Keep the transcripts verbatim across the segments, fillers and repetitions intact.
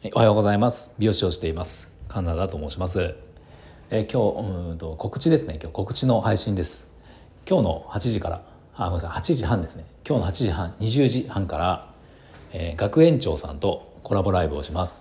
おはようございます。美容師をしていますカナダと申します。えー、今日うんと告知ですね。今日告知の配信です。今日のはちじからあごめんなさいはちじはんですね。今日のはちじはんにじゅうじはんから、えー、学園長さんとコラボライブをします。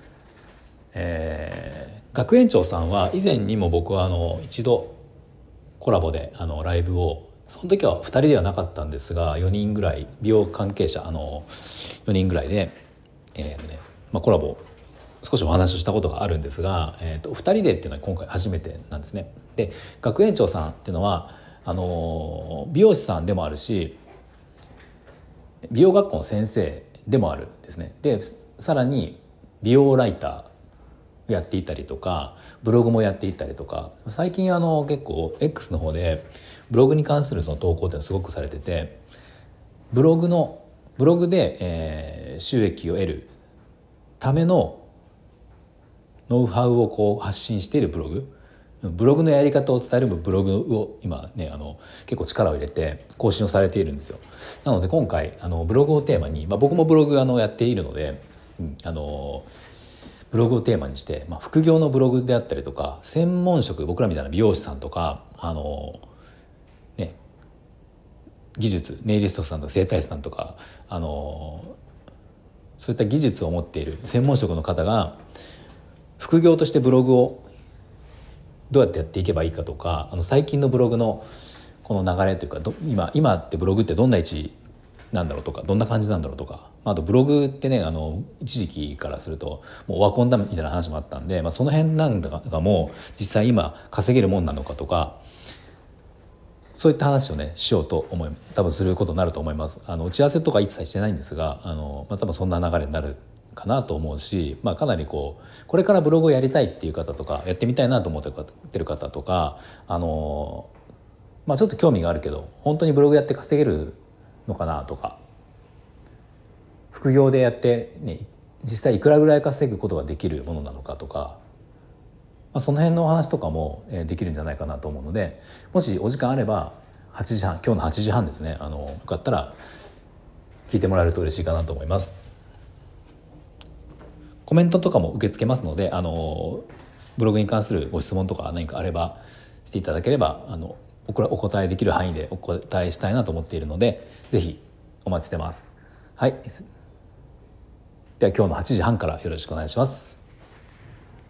えー、学園長さんは以前にも僕はあの一度コラボであのライブをその時はふたりではなかったんですがよにんぐらい美容関係者あのよにんぐらいで、えーねまあ、コラボ少しお話をしたことがあるんですが、えー、とふたりでっていうのは今回初めてなんですね。で学園長さんっていうのはあの美容師さんでもあるし美容学校の先生でもあるんですね。でさらに美容ライターやっていたりとかブログもやっていたりとか最近あの結構 X の方でブログに関するその投稿っていうのをすごくされててブログのブログで、えー収益を得るためのノウハウをこう発信しているブログブログのやり方を伝えるブログを今ねあの結構力を入れて更新をされているんですよ。なので今回あのブログをテーマに、まあ、僕もブログあのやっているので、うん、あのブログをテーマにして、まあ、副業のブログであったりとか専門職僕らみたいな美容師さんとかあの、ね、技術ネイリストさんとか整体師さんとかあのそういった技術を持っている専門職の方が副業としてブログをどうやってやっていけばいいかとかあの最近のブログのこの流れというかど今今ってブログってどんな位置なんだろうとかどんな感じなんだろうとかあとブログってねあの一時期からするともうオワコンだみたいな話もあったんで、まあ、その辺なんだがもう実際今稼げるもんなのかとかそういった話をねしようと思い多分することになると思います。あの打ち合わせとか一切してないんですがあの、まあ、多分そんな流れになるかなと思うし、まあ、かなりこうこれからブログをやりたいっていう方とかやってみたいなと思ってる方とかあの、まあ、ちょっと興味があるけど本当にブログやって稼げるのかなとか副業でやって、ね、実際いくらぐらい稼ぐことができるものなのかとか、まあ、その辺のお話とかもできるんじゃないかなと思うのでもしお時間あればはちじはん今日のはちじはんですねあのよかったら聞いてもらえると嬉しいかなと思います。コメントとかも受け付けますのであのブログに関するご質問とか何かあればしていただければあのお答えできる範囲でお答えしたいなと思っているのでぜひお待ちしてます。はい、では今日のはちじはんからよろしくお願いします。